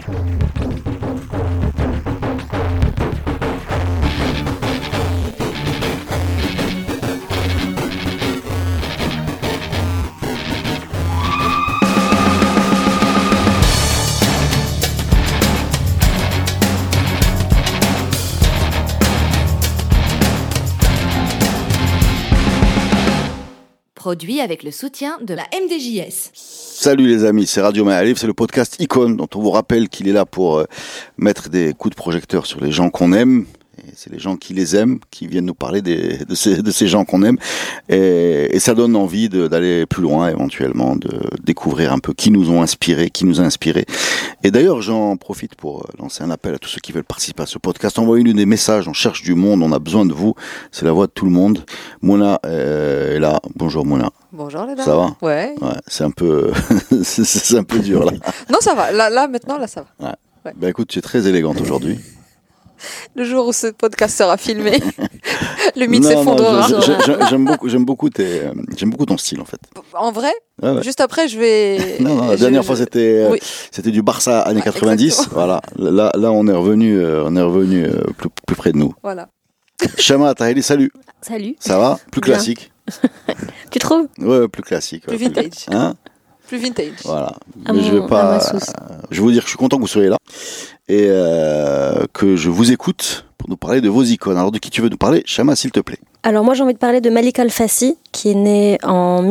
Produit avec le soutien de la MDJS. Salut les amis, c'est Radio Ma'arif, c'est le podcast Icône dont on vous rappelle qu'il est là pour mettre des coups de projecteur sur les gens qu'on aime. Et c'est les gens qui les aiment, qui viennent nous parler de ces gens qu'on aime. Et ça donne envie d'aller plus loin éventuellement, de découvrir un peu qui nous a inspirés. Et d'ailleurs, j'en profite pour lancer un appel à tous ceux qui veulent participer à ce podcast. Envoyez-nous des messages, on cherche du monde, on a besoin de vous. C'est la voix de tout le monde. Mouna est là. Bonjour Mouna. Bonjour les dames. Ça va ? Ouais. C'est un peu, c'est un peu dur là. Non, ça va. Là, maintenant, ça va. Ouais. Bah écoute, tu es très élégante aujourd'hui. Le jour où ce podcast sera filmé, le mythe s'effondrera. J'aime beaucoup ton style en fait. En vrai, ouais. Juste après, je vais. Non, la dernière fois c'était du Barça années 90. Exactement. Voilà. Là, on est revenu plus près de nous. Voilà. Chama Taheli, salut. Salut. Ça va ? Plus classique. Tu trouves ? Ouais, plus classique. Plus vintage. Hein ? Plus vintage. Voilà. Mais je vais vous dire que je suis content que vous soyez là et que je vous écoute pour nous parler de vos icônes. Alors de qui tu veux nous parler, Chama, s'il te plaît? Alors moi j'ai envie de parler de Malika Al-Fassi, qui est née en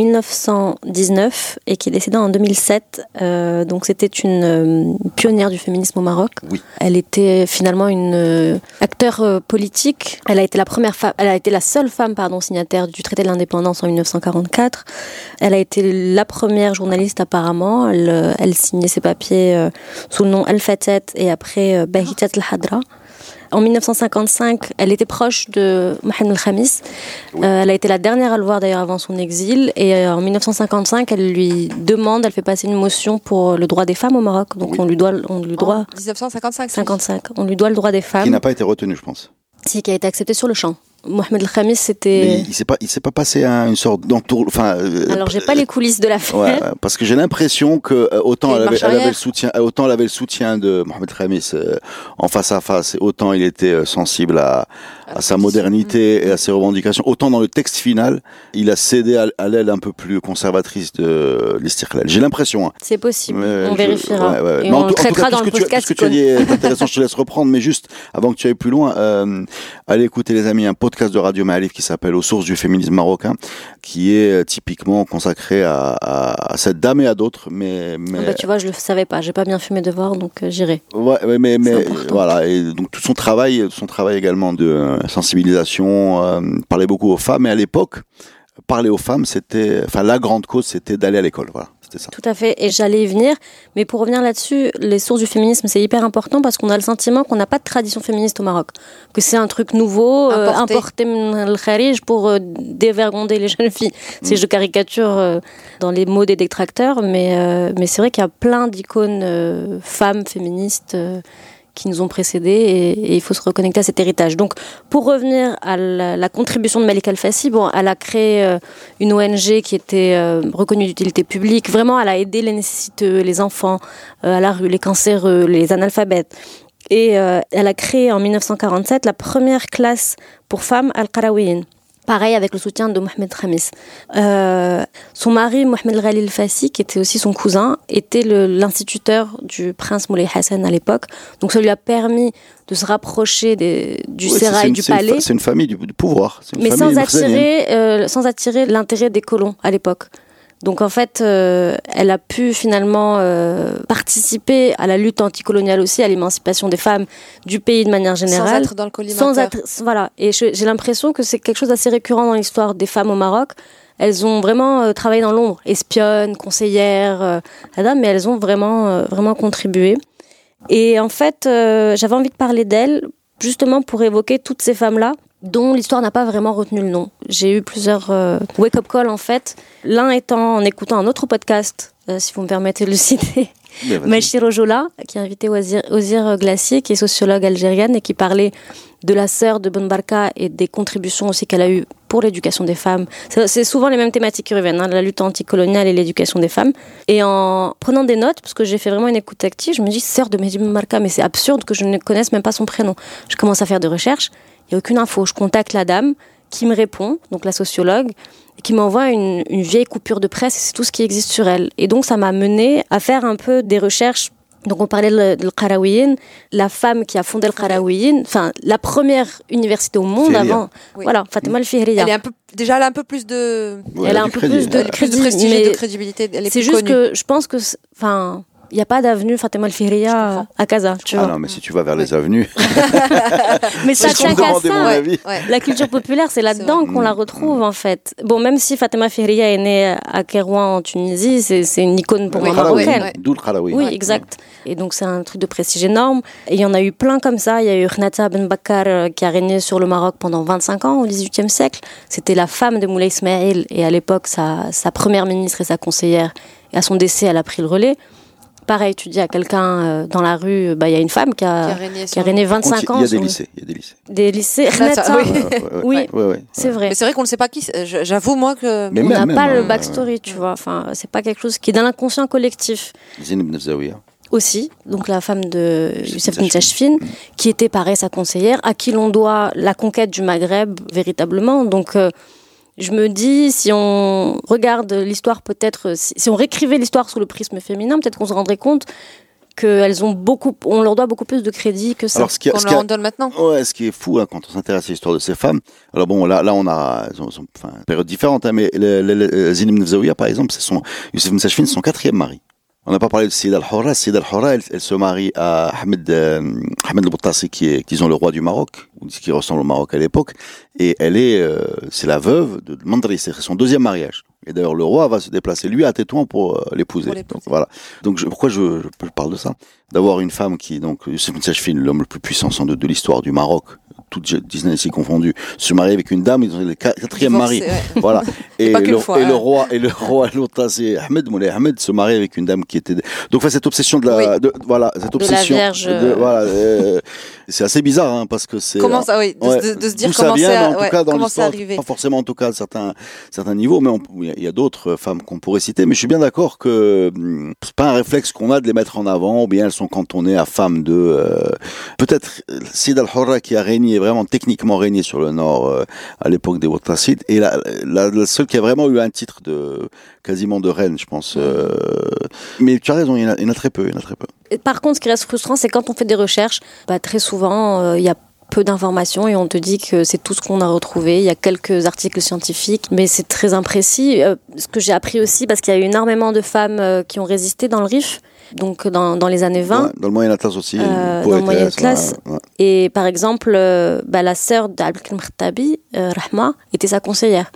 1919 et qui est décédée en 2007. Donc c'était une pionnière du féminisme au Maroc. Oui. Elle était finalement une acteur politique. Elle a été la seule femme signataire du traité de l'indépendance en 1944. Elle a été la première journaliste apparemment. Elle signait ses papiers sous le nom Al-Fatat et après Bahitat Al-Hadra. En 1955, elle était proche de Mohamed El-Khamis. Oui. Elle a été la dernière à le voir d'ailleurs avant son exil. Et en 1955, elle fait passer une motion pour le droit des femmes au Maroc. Donc on lui doit. 1955. On lui doit le droit des femmes. Qui n'a pas été retenu, je pense. Si, qui a été accepté sur le champ. Mohamed El-Khamis, c'était. Mais il s'est pas passé à une sorte d'entour. Alors j'ai pas les coulisses de l'affaire. Ouais, parce que j'ai l'impression que autant elle avait le soutien de Mohamed El-Khamis en face à face, autant il était sensible à sa modernité et à ses revendications. Autant dans le texte final, il a cédé à l'aile un peu plus conservatrice de l'Istiqlal. J'ai l'impression. Hein. C'est possible. On vérifiera. Ouais. Et on le traitera dans le podcast. Ce que tu as dit est intéressant. Je te laisse reprendre, mais juste avant que tu ailles plus loin, allez écouter les amis un podcast de Radio Ma'arif qui s'appelle Aux sources du féminisme marocain, qui est typiquement consacré à cette dame et à d'autres. Mais tu vois, je le savais pas. J'ai pas bien fait mes devoirs, donc j'irai. Ouais, mais voilà. Et donc tout son travail également de sensibilisation, parlait beaucoup aux femmes. Et à l'époque, parler aux femmes, la grande cause, c'était d'aller à l'école. Voilà. Ça. Tout à fait, et j'allais y venir, mais pour revenir là-dessus, les sources du féminisme, c'est hyper important parce qu'on a le sentiment qu'on n'a pas de tradition féministe au Maroc, que c'est un truc nouveau, importé le kharij pour dévergonder les jeunes filles. C'est je caricature dans les mots des détracteurs, mais c'est vrai qu'il y a plein d'icônes femmes féministes qui nous ont précédés et il faut se reconnecter à cet héritage. Donc, pour revenir à la contribution de Malika Al-Fassi, elle a créé une ONG qui était reconnue d'utilité publique. Vraiment, elle a aidé les nécessiteux, les enfants à la rue, les cancéreux, les analphabètes. Et elle a créé en 1947 la première classe pour femmes al-Qarawiyyin. Pareil avec le soutien de Mohamed Khamis. Son mari, Mohamed El-Ghali El-Fassi, qui était aussi son cousin, était l'instituteur du prince Moulay Hassan à l'époque. Donc ça lui a permis de se rapprocher du sérail, du palais. C'est une famille du pouvoir. Mais sans attirer l'intérêt des colons à l'époque. Donc en fait, elle a pu finalement participer à la lutte anticoloniale aussi, à l'émancipation des femmes du pays de manière générale. Sans être dans le collimateur. Voilà. Et j'ai l'impression que c'est quelque chose d'assez récurrent dans l'histoire des femmes au Maroc. Elles ont vraiment travaillé dans l'ombre, espionnes, conseillères, mais elles ont vraiment contribué. Et en fait, j'avais envie de parler d'elles justement pour évoquer toutes ces femmes-là, dont l'histoire n'a pas vraiment retenu le nom. J'ai eu plusieurs wake-up calls en fait. L'un étant en écoutant un autre podcast, si vous me permettez de le citer, Machiro Jola, qui a invité Ozir Glacier, qui est sociologue algérienne et qui parlait de la sœur de Bonbarka et des contributions aussi qu'elle a eues pour l'éducation des femmes. C'est souvent les mêmes thématiques qui reviennent, la lutte anticoloniale et l'éducation des femmes. Et en prenant des notes, parce que j'ai fait vraiment une écoute active, je me dis, sœur de Mehdi Bonbarka, mais c'est absurde que je ne connaisse même pas son prénom. Je commence à faire des recherches, il n'y a aucune info. Je contacte la dame qui me répond, donc la sociologue, et qui m'envoie une vieille coupure de presse, et c'est tout ce qui existe sur elle. Et donc ça m'a menée à faire un peu des recherches. Donc on parlait de l'Qarawiyin, la femme qui a fondé le Qarawiyin, enfin la première université au monde Fihriya. avant. Oui. Voilà, Fatima al-Fihriya. Elle a un peu plus de Elle a un peu plus de prestige et de crédibilité. Elle est c'est plus juste connue. que je pense que il n'y a pas d'avenue Fatima al-Fihriya à Casa, tu vois. Ah non, mais si tu vas vers les avenues, Mais ça tient qu'à demander mon ça. avis. Ouais. La culture populaire, c'est là-dedans qu'on la retrouve en fait. Bon, même si Fatima Fihriya est née à Kairouan en Tunisie, c'est une icône pour Oui, moi Khalaoui, marocaine. ouais. d'où le Khalaoui. Oui, exact. Et donc c'est un truc de prestige énorme. Et il y en a eu plein comme ça. Il y a eu Khnata Ben Bakkar qui a régné sur le Maroc pendant 25 ans au XVIIIe siècle. C'était la femme de Moulay Ismaïl et à l'époque sa première ministre et sa conseillère. Et à son décès, elle a pris le relais. Pareil, tu dis à quelqu'un dans la rue, il y a une femme qui a régné 25 ans. Il y a sur des lycées. Il y a des lycées. Des lycées. Khnata, Oui, Oui. c'est vrai. Mais c'est vrai qu'on ne sait pas qui. J'avoue moi que. Mais On n'a même, pas le backstory, tu vois. Enfin, c'est pas quelque chose qui est dans l'inconscient collectif. Zineb Nefzaouia. Aussi, donc la femme de Youssef Ntachfine, qui était pareil sa conseillère, à qui l'on doit la conquête du Maghreb véritablement. Donc je me dis, si on regarde l'histoire peut-être, si on réécrivait l'histoire sous le prisme féminin, peut-être qu'on se rendrait compte on leur doit beaucoup plus de crédit que ça. Alors, Qu'on leur en donne maintenant. Ouais, ce qui est fou quand on s'intéresse à l'histoire de ces femmes. Alors bon, là on a une période différente, hein, mais Zineb Nefzaouia, par exemple, Youssef Ntachfine, c'est son 4e mari. On n'a pas parlé de Sida al-Hurra. Sida al-Hurra, elle se marie à Ahmed al-Boutassi, qui est, disons, le roi du Maroc, ou qui ressemble au Maroc à l'époque. Et c'est la veuve de Mandri, c'est son 2e mariage. Et d'ailleurs, le roi va se déplacer, lui, à Tétouan pour l'épouser. Donc, voilà. Donc, pourquoi je parle de ça? D'avoir une femme qui, donc, Youssef Ntachfine, l'homme le plus puissant, sans doute, de l'histoire du Maroc, toutes dynasties confondues, se marier avec une dame, ils ont le 4e mari. Ouais. Voilà. Et le roi Al-Boutassi, Ahmed Moulay Ahmed, se marier avec une dame qui était. Donc, cette obsession cette obsession. La Vierge. C'est assez bizarre, hein, parce que c'est. Comment ça, oui, de se dire comment c'est arrivé. Pas forcément, en tout cas, à certains niveaux, mais il y a d'autres femmes qu'on pourrait citer, mais je suis bien d'accord que c'est pas un réflexe qu'on a de les mettre en avant, ou bien elles sont cantonnées à femmes de. Peut-être Sida al-Hurra qui a régné, vraiment techniquement régné sur le nord à l'époque des Wattassides, et la seule qui a vraiment eu un titre quasiment de reine, je pense. Mais tu as raison, il y en a très peu. Par contre, ce qui reste frustrant, c'est quand on fait des recherches, très souvent, il y a peu d'informations et on te dit que c'est tout ce qu'on a retrouvé. Il y a quelques articles scientifiques, mais c'est très imprécis. Ce que j'ai appris aussi, parce qu'il y a eu énormément de femmes qui ont résisté dans le Rif, donc dans les années 20. Ouais, dans le Moyen Atlas aussi. Dans le Moyen Atlas. Ouais. Et par exemple, la sœur d'Abdelkrim Khattabi, Rahma, était sa conseillère.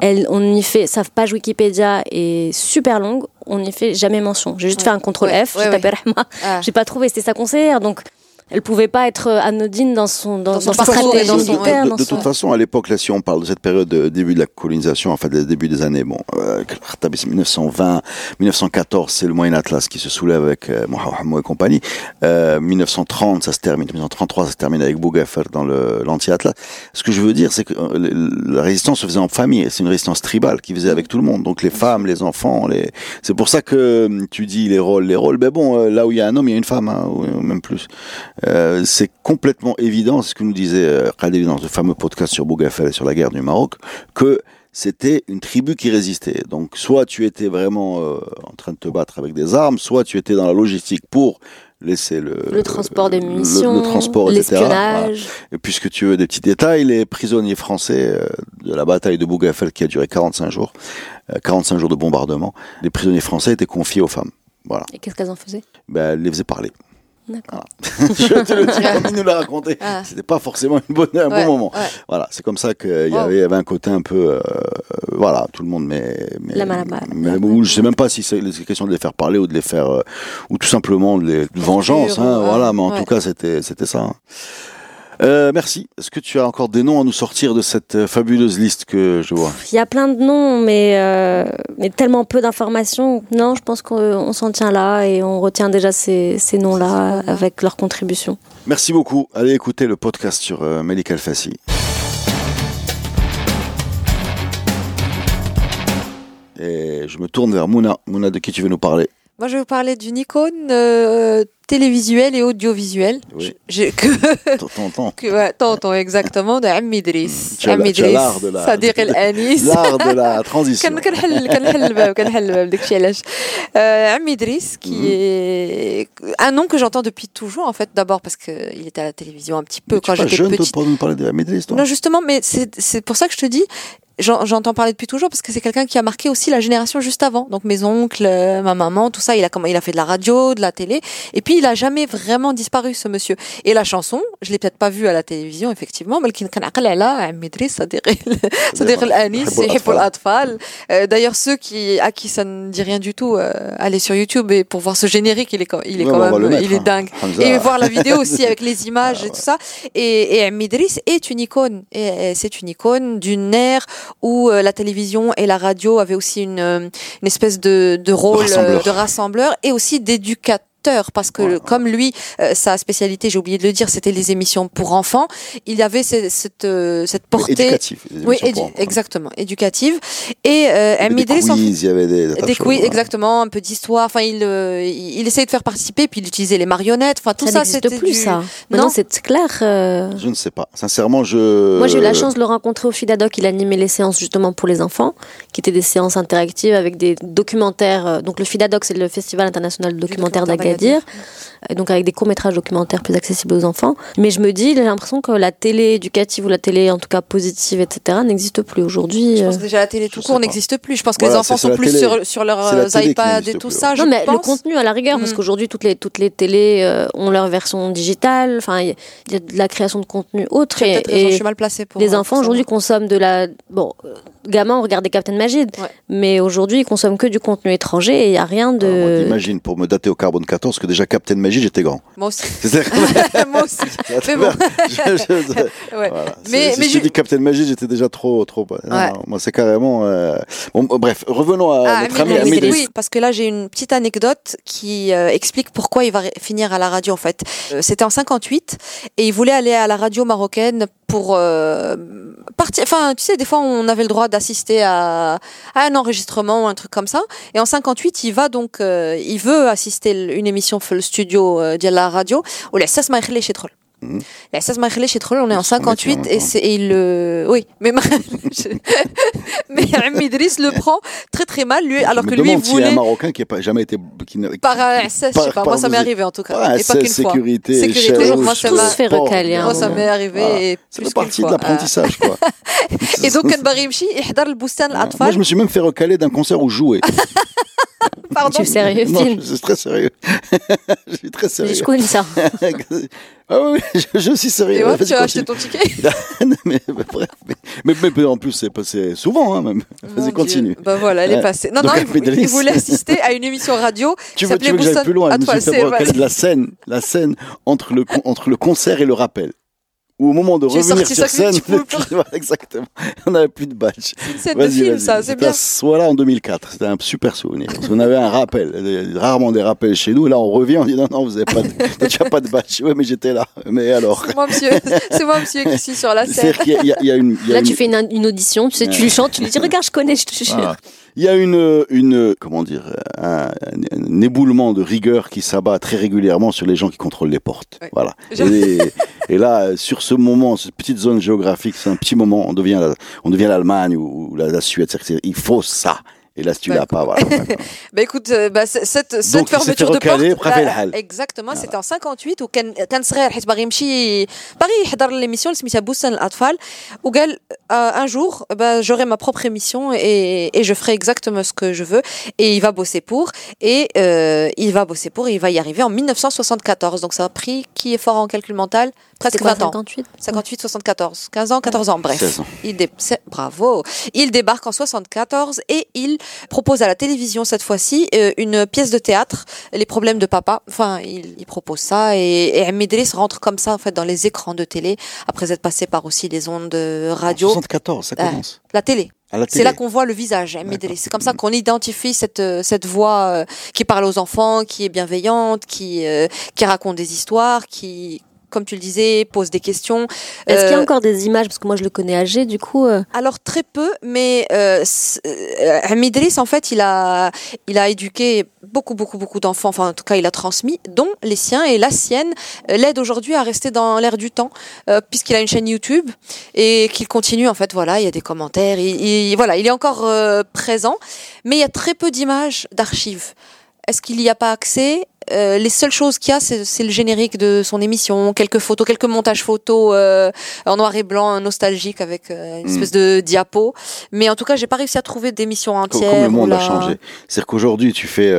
Sa page Wikipédia est super longue, on n'y fait jamais mention. J'ai juste fait un contrôle F, j'ai tapé Rahma, j'ai pas trouvé, c'était sa conseillère, donc elle pouvait pas être anodine dans sa stratégie. De toute façon, à l'époque, là, si on parle de cette période début de la colonisation, enfin, le début des années, Khattabi, c'est 1920, 1914, c'est le Moyen Atlas qui se soulève avec Mohammed et compagnie. 1930, ça se termine. 1933, ça se termine avec Bougafer dans l'anti-Atlas. Ce que je veux dire, c'est que la résistance se faisait en famille. C'est une résistance tribale qui faisait avec tout le monde. Donc, les femmes, les enfants, c'est pour ça que tu dis les rôles. Ben bon, là où il y a un homme, il y a une femme, hein, ou même plus. C'est complètement évident, c'est ce que nous disait Khalil dans ce fameux podcast sur Bougafer et sur la guerre du Maroc, que c'était une tribu qui résistait. Donc, soit tu étais vraiment en train de te battre avec des armes, soit tu étais dans la logistique pour laisser le transport des munitions, le transport, l'espionnage. Voilà. Et puisque tu veux des petits détails, les prisonniers français de la bataille de Bougafer qui a duré 45 jours de bombardement, les prisonniers français étaient confiés aux femmes. Voilà. Et qu'est-ce qu'elles en faisaient? Elles les faisaient parler. D'accord. Voilà. Je te le dis, comme il nous l'a raconté, c'était pas forcément un bon moment. Ouais. Voilà, c'est comme ça qu'il y avait un côté un peu, tout le monde la malabar. Je sais même pas si c'est question de les faire parler ou de les faire, ou tout simplement de vengeance, hein, voilà, mais en tout cas c'était ça. Hein. Merci. Est-ce que tu as encore des noms à nous sortir de cette fabuleuse liste que je vois? Il y a plein de noms, mais tellement peu d'informations. Non, je pense qu'on s'en tient là et on retient déjà ces noms-là avec leurs contributions. Merci beaucoup. Allez écouter le podcast sur Melik El Fassi. Et je me tourne vers Mouna. Mouna, de qui tu veux nous parler? Moi, je vais vous parler d'une icône télévisuelle et audiovisuelle. Oui. Tonton, exactement, de Ammi Idriss. Tu as l'art de la... Sadiq El-Anis. L'art de la transition. Ammi Idriss, qui est un nom que j'entends depuis toujours, en fait, d'abord parce qu'il était à la télévision un petit peu quand j'étais petite. Tu es pas jeune, toi, pour nous parler d'Ammi Idriss, toi? Non, justement, mais c'est pour ça que je te dis... J'entends parler depuis toujours parce que c'est quelqu'un qui a marqué aussi la génération juste avant. Donc mes oncles, ma maman, tout ça, il a fait de la radio, de la télé. Et puis il a jamais vraiment disparu, ce monsieur. Et la chanson, je l'ai peut-être pas vue à la télévision, effectivement, mais d'ailleurs, ceux à qui ça ne dit rien du tout, allez sur YouTube et pour voir ce générique, il est dingue. Et voir la vidéo aussi avec les images et tout ça. Et Ammi Idriss est une icône. Et c'est une icône d'une ère où la télévision et la radio avaient aussi une espèce de rôle de rassembleur et aussi d'éducateur. Parce que comme lui, sa spécialité, j'ai oublié de le dire, c'était les émissions pour enfants. Il y avait cette portée éducative. Oui, exactement, éducative. Et Ammi Idriss, il y avait des quiz, exactement, un peu d'histoire. Enfin, il essayait de faire participer, puis il utilisait les marionnettes. Enfin, tout ça, c'était plus ça. Maintenant, c'est clair. Je ne sais pas. Sincèrement, Moi, j'ai eu la chance de le rencontrer au FIDADOC. Il animait les séances justement pour les enfants, qui étaient des séances interactives avec des documentaires. Donc, le FIDADOC, c'est le Festival international de documentaire d'Agadir. Donc avec des courts-métrages documentaires plus accessibles aux enfants. Mais je me dis, j'ai l'impression que la télé éducative ou la télé en tout cas positive, etc., n'existe plus aujourd'hui. Je pense que déjà la télé tout court n'existe plus. Je pense que les enfants sont plus sur leurs iPads et tout ça. Non, mais le contenu à la rigueur, parce qu'aujourd'hui toutes les télés ont leur version digitale. Enfin, il y a de la création de contenu autre. Et je suis mal placée pour. Les enfants aujourd'hui consomment de la. Bon, gamins ont regardé Captain Majid, mais aujourd'hui ils consomment que du contenu étranger et il y a rien de. Alors, imagine pour me dater au carbone 14 que déjà Captain Majid j'étais grand. Moi aussi. Moi aussi. Mais bon. Mais je te dis Captain Majid j'étais déjà trop. Non, moi c'est carrément. Bref, revenons à notre ami Ammi Idriss. Oui, parce que là j'ai une petite anecdote qui explique pourquoi il va finir à la radio en fait. C'était en 58 et il voulait aller à la radio marocaine pour partir. Enfin, tu sais, des fois on avait le droit d'assister à un enregistrement ou un truc comme ça. Et en 58, il veut assister une émission في studio de la radio où l'Assas ما يخليش يدخل. L'Assas ما يخليش يدخل, on est en 58 et il oui, mais Ammi Idriss le prend très très mal lui, alors que lui voulait. Il y a un Marocain qui n'a jamais été par Assas, je sais pas, moi ça m'est arrivé en tout cas, et pas qu'une fois. Sécurité, toujours moi ça m'a fait recaler. Moi ça m'est arrivé et c'est une partie de l'apprentissage quoi. Et donc كان باغي يمشي يحضر البستان الأطفال. Moi je me suis même fait recaler d'un concert où je jouais. Pardon. Tu es sérieux, Non, je suis très sérieux. Je suis très sérieux. Je connais ça. Ah oui, je suis sérieux. Et ouais, tu as acheté ton ticket. mais bref, mais en plus c'est passé souvent hein, même. Vas-y, continue. Bah voilà, elle est passée. Non, il voulait assister à une émission radio. Tu veux que j'aille plus loin? Je me suis fait recaler de la scène entre le concert et le rappel. Ou au moment de revenir sur scène, exactement, on n'avait plus de badge. C'est une scène de film, ça, c'est bien. Voilà, en 2004, c'était un super souvenir. Parce qu'on avait un rappel, rarement des rappels chez nous. Là, on revient, on dit non, vous avez pas tu n'as pas de badge. Ouais, mais j'étais là. Mais alors. C'est moi, monsieur, qui suis sur la scène. Là, tu fais une audition, tu sais, tu lui chantes, tu lui dis, regarde, je connais, je te jure. Il y a comment dire, un éboulement de rigueur qui s'abat très régulièrement sur les gens qui contrôlent les portes. Ouais. Voilà. Et là, sur ce moment, cette petite zone géographique, c'est un petit moment, on devient l'Allemagne ou la Suède. Il faut ça. Et là, si tu l'as pas, voilà. Bah écoute, cette fermeture de porte, exactement, c'était en 58 où كان صغير حيت باغي يحضر l'émission اللي سميتها بستان الأطفال وقال un jour j'aurai ma propre émission et je ferai exactement ce que je veux et il va bosser pour et il va y arriver en 1974. Donc ça a pris, qui est fort en calcul mental, presque 20 ans. 58, 74, 15 ans, 14 ans, bref. 16 ans. Bravo. Il débarque en 74 et il propose à la télévision cette fois-ci une pièce de théâtre, Les problèmes de papa. Enfin, il propose ça et Ammi Idriss rentre comme ça en fait dans les écrans de télé après être passé par aussi les ondes radio. En 74, ça commence. La télé. C'est là qu'on voit le visage, Ammi Idriss. C'est comme ça qu'on identifie cette voix qui parle aux enfants, qui est bienveillante, qui raconte des histoires, qui, comme tu le disais, pose des questions. Est-ce qu'il y a encore des images? Parce que moi, je le connais âgé, du coup. Alors, très peu, mais Ammi Idriss, en fait, il a éduqué beaucoup d'enfants. Enfin, en tout cas, il a transmis, dont les siens et la sienne l'aide aujourd'hui à rester dans l'air du temps, puisqu'il a une chaîne YouTube et qu'il continue, en fait, voilà, il y a des commentaires, il est encore présent, mais il y a très peu d'images, d'archives. Est-ce qu'il n'y a pas accès? Les seules choses qu'il y a, c'est le générique de son émission, quelques photos, quelques montages photos en noir et blanc, nostalgique avec une espèce de diapo. Mais en tout cas, j'ai pas réussi à trouver d'émissions entières. Comme le monde a changé. C'est-à-dire qu'aujourd'hui, tu fais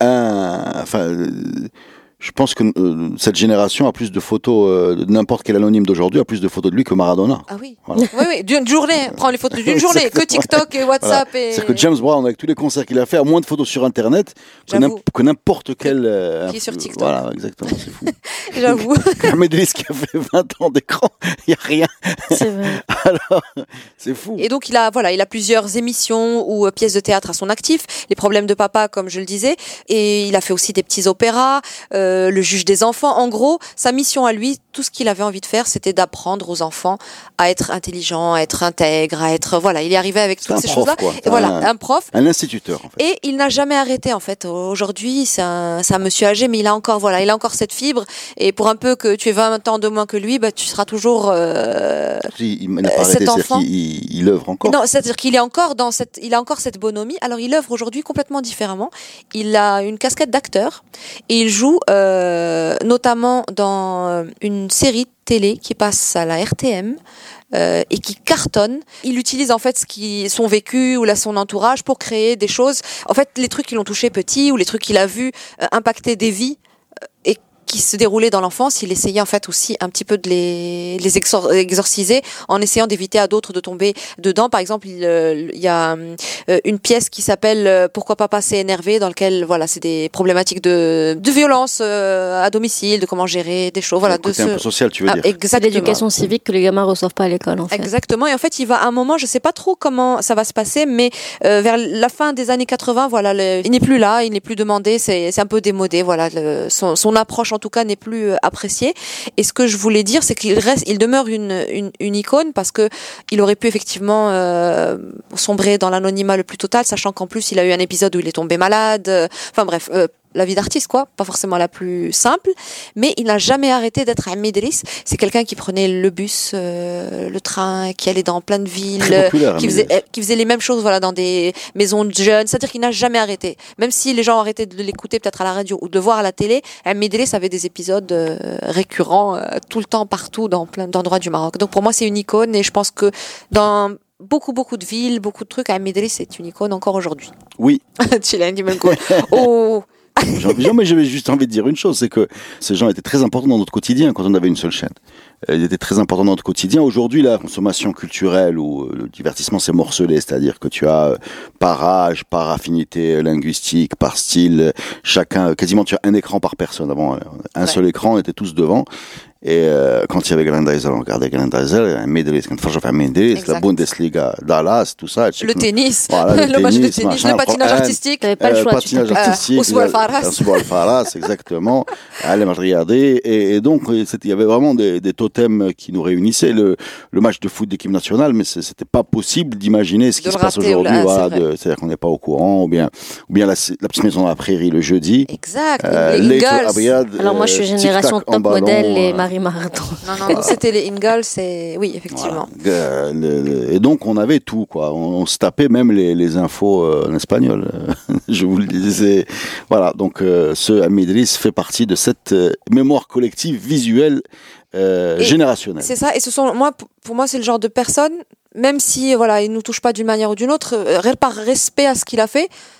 je pense que cette génération a plus de photos, n'importe quel anonyme d'aujourd'hui a plus de photos de lui que Maradona. Ah oui. Voilà. Oui, d'une journée. Prends les photos d'une journée, que TikTok et WhatsApp. Voilà. C'est-à-dire que James Brown, avec tous les concerts qu'il a fait, a moins de photos sur Internet que n'importe quel... qui est sur TikTok. Voilà, exactement, c'est fou. J'avoue. Ammi Idriss qui a fait 20 ans d'écran, il n'y a rien. C'est vrai. Alors, c'est fou. Et donc, il a plusieurs émissions ou pièces de théâtre à son actif. Les problèmes de papa, comme je le disais. Et il a fait aussi des petits opéras. Le juge des enfants. En gros, sa mission à lui, tout ce qu'il avait envie de faire, c'était d'apprendre aux enfants à être intelligents, à être intègres, à être... Voilà, il est arrivé avec toutes ces choses-là. Et voilà, un prof. Un instituteur, en fait. Et il n'a jamais arrêté, en fait. Aujourd'hui, c'est un monsieur âgé, mais il a encore cette fibre. Et pour un peu que tu aies 20 ans de moins que lui, tu seras toujours il n'a pas arrêté, c'est-à-dire qu'il œuvre encore. Non, c'est-à-dire qu'il est encore il a encore cette bonhomie. Alors, il œuvre aujourd'hui complètement différemment. Il a une casquette d'acteur et il joue notamment dans une série télé qui passe à la RTM et qui cartonne. Il utilise en fait son vécu ou son entourage pour créer des choses. En fait, les trucs qui l'ont touché petit ou les trucs qu'il a vus impacter des vies et qui se déroulaient dans l'enfance, il essayait en fait aussi un petit peu de les exorciser en essayant d'éviter à d'autres de tomber dedans. Par exemple, il y a une pièce qui s'appelle Pourquoi papa s'est énervé, dans lequel c'est des problématiques de violence à domicile, de comment gérer des choses. Voilà, un peu social, tu veux dire. C'est l'éducation civique que les gamins reçoivent pas à l'école, en fait. Exactement. Et en fait, il va à un moment, je sais pas trop comment ça va se passer, mais vers la fin des années 80, il n'est plus là, il n'est plus demandé, c'est un peu démodé. Voilà, son approche en tout cas n'est plus appréciée. Et ce que je voulais dire, c'est il demeure une icône parce que il aurait pu effectivement sombrer dans l'anonymat le plus total, sachant qu'en plus il a eu un épisode où il est tombé malade. Enfin bref. La vie d'artiste, pas forcément la plus simple, mais il n'a jamais arrêté d'être Ammi Idriss. C'est quelqu'un qui prenait le bus, le train, qui allait dans plein de villes, qui faisait les mêmes choses, dans des maisons de jeunes. C'est-à-dire qu'il n'a jamais arrêté. Même si les gens ont arrêté de l'écouter peut-être à la radio ou de le voir à la télé, Ammi Idriss avait des épisodes récurrents tout le temps, partout, dans plein d'endroits du Maroc. Donc pour moi, c'est une icône et je pense que dans beaucoup de villes, beaucoup de trucs, Ammi Idriss est une icône encore aujourd'hui. Oui. Tu l'as dit même quoi. Oh. Mais j'avais juste envie de dire une chose, c'est que ces gens étaient très importants dans notre quotidien quand on avait une seule chaîne. Ils étaient très importants dans notre quotidien. Aujourd'hui, la consommation culturelle ou le divertissement s'est morcelé, c'est-à-dire que tu as par âge, par affinité linguistique, par style, quasiment tu as un écran par personne. Avant, seul écran, on était tous devant. Et quand il y avait Glendaisel, on regardait Glendaisel, Ammi Idriss, quand je fais Ammi Idriss, la Bundesliga, Dallas, tout ça. Le tennis, voilà, le match de tennis, le patinage artistique. T'avais pas le choix. Le patinage artistique. Ousbou Al-Faras. Ousbou Al-Faras, exactement. Allez, moi, je regardais. Et donc, il y avait vraiment des totems qui nous réunissaient. Le match de foot d'équipe nationale, mais c'était pas possible d'imaginer ce qui se passe aujourd'hui. C'est-à-dire qu'on n'est pas au courant, ou bien la petite maison dans la prairie le jeudi. Exact. Les Ingalls. Alors moi, je suis génération top modèle et Marie-Marathon. Non, c'était les Ingalls, oui, effectivement. Voilà. Et donc, on avait tout, quoi. On se tapait même les infos en espagnol. Je vous le disais. Voilà. Donc, ce Ammi Idriss fait partie de cette mémoire collective visuelle générationnelle. C'est ça. Et pour moi, c'est le genre de personne, même si, il nous touche pas d'une manière ou d'une autre, par respect à ce qu'il a fait,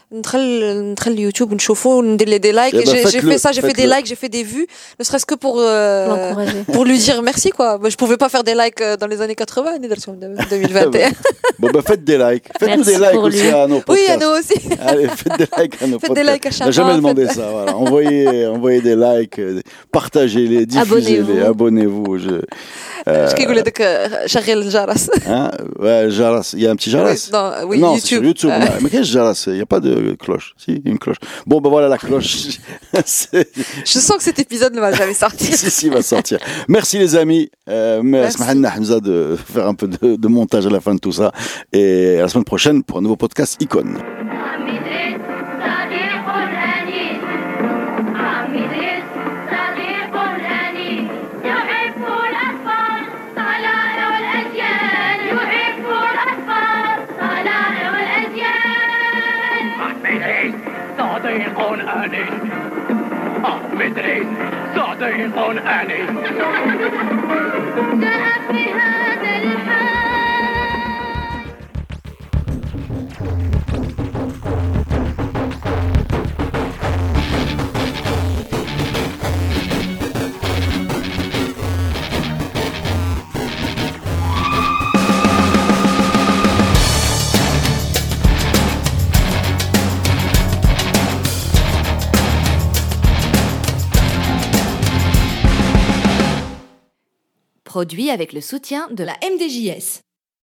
ندخل اليوتيوب نشوفه وندير لي دي لايك. J'ai fait ça, j'ai fait des likes, j'ai fait des vues, ne serait-ce que pour lui dire merci quoi. Je pouvais pas faire des likes dans les années 80 ni dans 2021. Bon bah faites des likes, faites-nous des likes aussi à nos podcasts. Oui, à nous aussi. Allez, faites des likes à nos podcasts. Faites des likes à chaque fois. On n'a jamais demandé ça, voilà. Envoyez des likes, partagez-les, diffusez-les, abonnez-vous. Je كيقول لك شغل الجرس. Ouais, Jaras, il y a un petit Jaras. Oui, non, YouTube. Sur YouTube. Mais qu'est-ce que Jaras? Il n'y a pas de cloche. Si, une cloche. Bon, ben voilà la cloche. Je sens que cet épisode ne va jamais sortir. si, il va sortir. Merci les amis. Merci Hamza de faire un peu de montage à la fin de tout ça. Et à la semaine prochaine pour un nouveau podcast Icône. صديق أنيس مدريس صديق أنيس جاء في هذا الحال. Produit avec le soutien de la MDJS.